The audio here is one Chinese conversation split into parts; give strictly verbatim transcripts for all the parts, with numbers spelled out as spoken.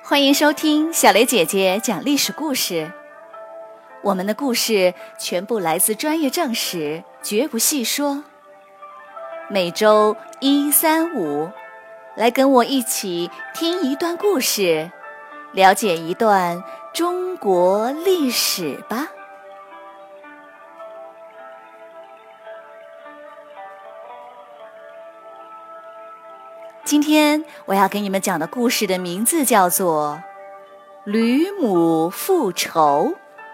欢迎收听小雷姐姐讲历史故事。我们的故事全部来自专业正史，绝不细说。每周一、三、五，来跟我一起听一段故事，了解一段中国历史吧。今天我要给你们讲的故事的名字叫做《吕母复仇》。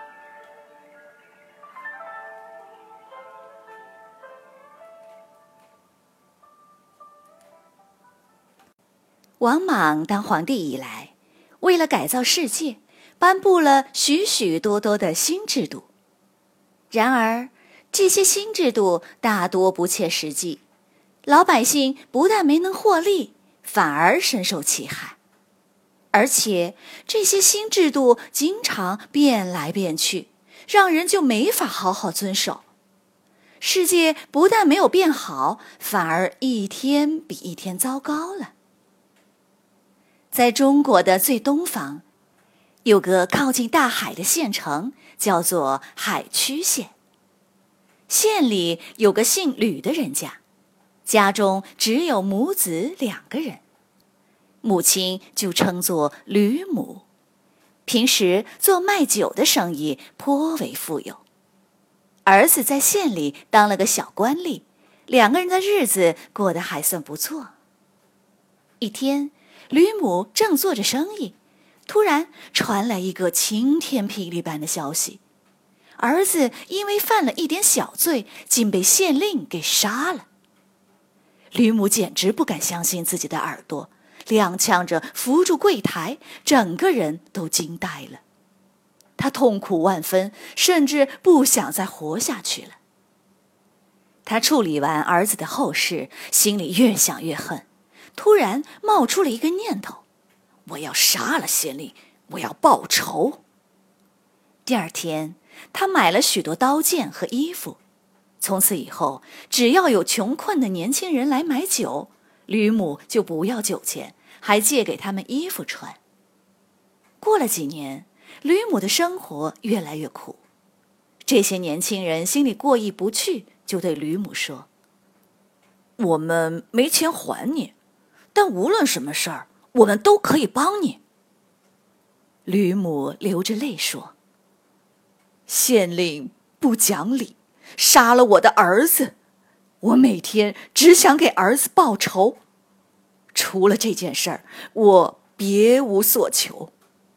王莽当皇帝以来，为了改造世界，颁布了许许多多的新制度。然而，这些新制度大多不切实际，老百姓不但没能获利，反而深受其害。而且，这些新制度经常变来变去，让人就没法好好遵守。世界不但没有变好，反而一天比一天糟糕了。在中国的最东方，有个靠近大海的县城，叫做海曲县。县里有个姓吕的人家，家中只有母子两个人，母亲就称作吕母，平时做卖酒的生意，颇为富有。儿子在县里当了个小官吏，两个人的日子过得还算不错。一天，吕母正做着生意，突然传来一个晴天霹雳般的消息，儿子因为犯了一点小罪，竟被县令给杀了。吕母简直不敢相信自己的耳朵，踉跄着扶住柜台，整个人都惊呆了。她痛苦万分，甚至不想再活下去了。她处理完儿子的后事，心里越想越恨，突然冒出了一个念头：我要杀了县令，我要报仇。第二天，她买了许多刀剑和衣服。从此以后，只要有穷困的年轻人来买酒，吕母就不要酒钱，还借给他们衣服穿。过了几年，吕母的生活越来越苦。这些年轻人心里过意不去，就对吕母说：我们没钱还你，但无论什么事儿，我们都可以帮你。吕母流着泪说：县令不讲理，杀了我的儿子，我每天只想给儿子报仇，除了这件事儿，我别无所求。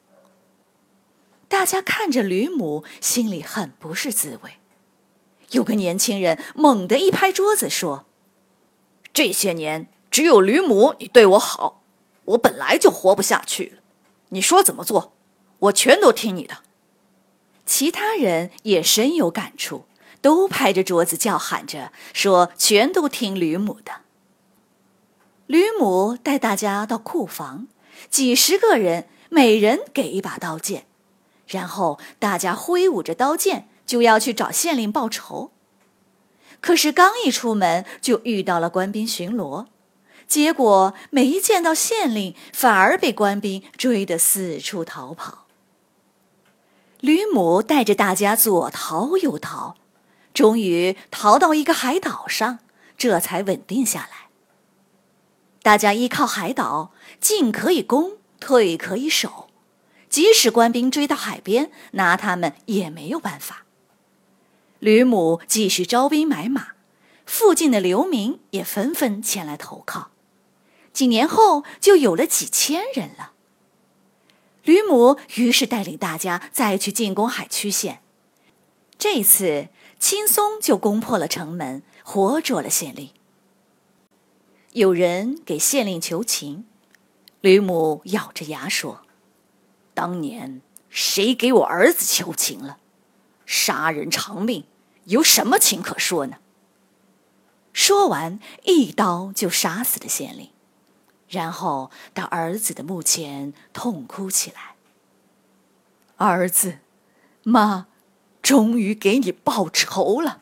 大家看着吕母，心里很不是滋味。有个年轻人猛地一拍桌子说：这些年只有吕母你对我好，我本来就活不下去了，你说怎么做，我全都听你的。其他人也深有感触，都拍着桌子叫喊着说全都听吕母的。吕母带大家到库房，几十个人每人给一把刀剑，然后大家挥舞着刀剑就要去找县令报仇。可是刚一出门就遇到了官兵巡逻，结果没见到县令，反而被官兵追得四处逃跑。吕母带着大家左逃右逃，终于逃到一个海岛上，这才稳定下来。大家依靠海岛，进可以攻，退可以守，即使官兵追到海边，拿他们也没有办法。吕母继续招兵买马，附近的流民也纷纷前来投靠，几年后就有了几千人了。吕母于是带领大家再去进攻海曲县，这次轻松就攻破了城门，活捉了县令。有人给县令求情，吕母咬着牙说：当年谁给我儿子求情了？杀人偿命，有什么情可说呢？说完，一刀就杀死了县令，然后到儿子的墓前痛哭起来：儿子，妈终于给你报仇了。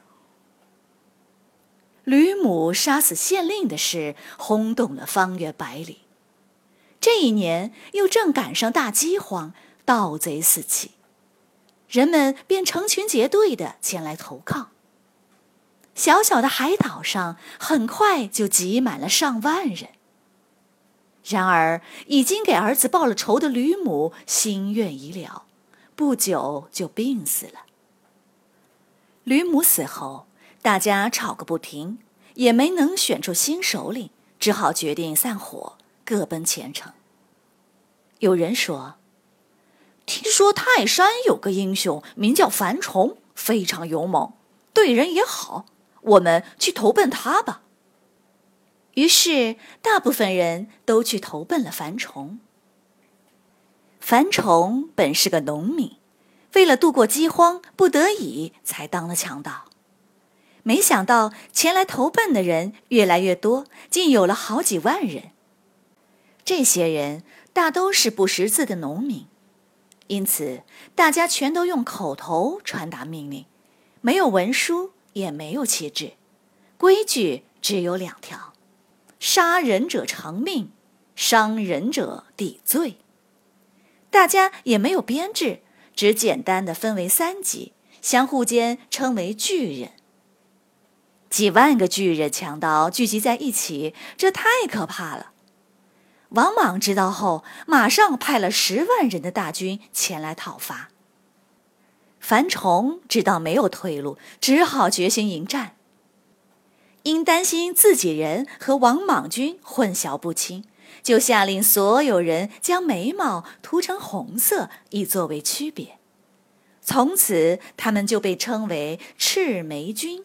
吕母杀死县令的事轰动了方圆百里， 这一年又正赶上大饥荒，盗贼四起，人们便成群结队地前来投靠。小小的海岛上很快就挤满了上万人。然而已经给儿子报了仇的吕母心愿已了，不久就病死了。吕母死后，大家吵个不停，也没能选出新首领，只好决定散伙，各奔前程。有人说，听说泰山有个英雄名叫樊崇，非常勇猛，对人也好，我们去投奔他吧。于是大部分人都去投奔了樊崇。樊崇本是个农民，为了度过饥荒，不得已才当了强盗。没想到前来投奔的人越来越多，竟有了好几万人。这些人大都是不识字的农民，因此大家全都用口头传达命令，没有文书，也没有旗帜，规矩只有两条：杀人者偿命，伤人者抵罪。大家也没有编制，只简单的分为三级，相互间称为巨人。几万个巨人强盗聚集在一起，这太可怕了。王莽知道后，马上派了十万人的大军前来讨伐。樊崇知道没有退路，只好决心迎战。因担心自己人和王莽军混淆不清，就下令所有人将眉毛涂成红色，以作为区别。从此他们就被称为赤眉军。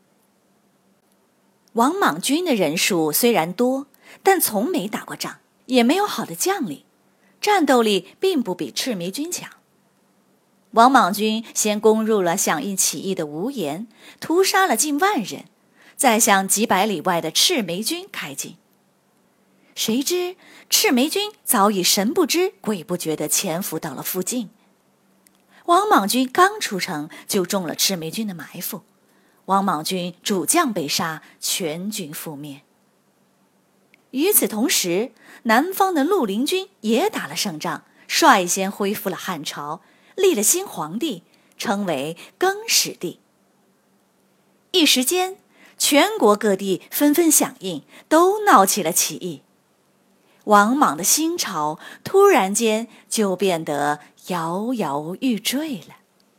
王莽军的人数虽然多，但从没打过仗，也没有好的将领，战斗力并不比赤眉军强。王莽军先攻入了响应起义的无盐，屠杀了近万人，再向几百里外的赤眉军开进。谁知赤眉军早已神不知鬼不觉地潜伏到了附近。王莽军刚出城，就中了赤眉军的埋伏，王莽军主将被杀，全军覆灭。与此同时，南方的绿林军也打了胜仗，率先恢复了汉朝，立了新皇帝，称为更始帝。一时间，全国各地纷纷响应，都闹起了起义。王莽的新朝突然间就变得摇摇欲坠了。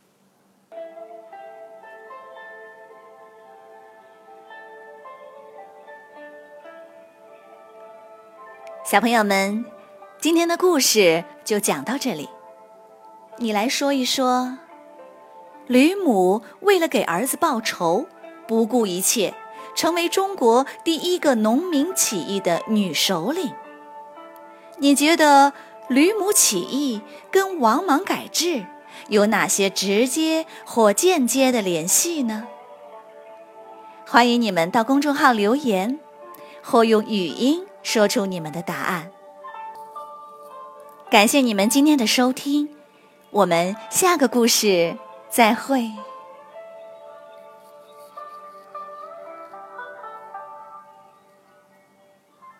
小朋友们，今天的故事就讲到这里。你来说一说，吕母为了给儿子报仇，不顾一切，成为中国第一个农民起义的女首领。你觉得吕母起义跟王莽改制有哪些直接或间接的联系呢？欢迎你们到公众号留言，或用语音说出你们的答案。感谢你们今天的收听，我们下个故事再会。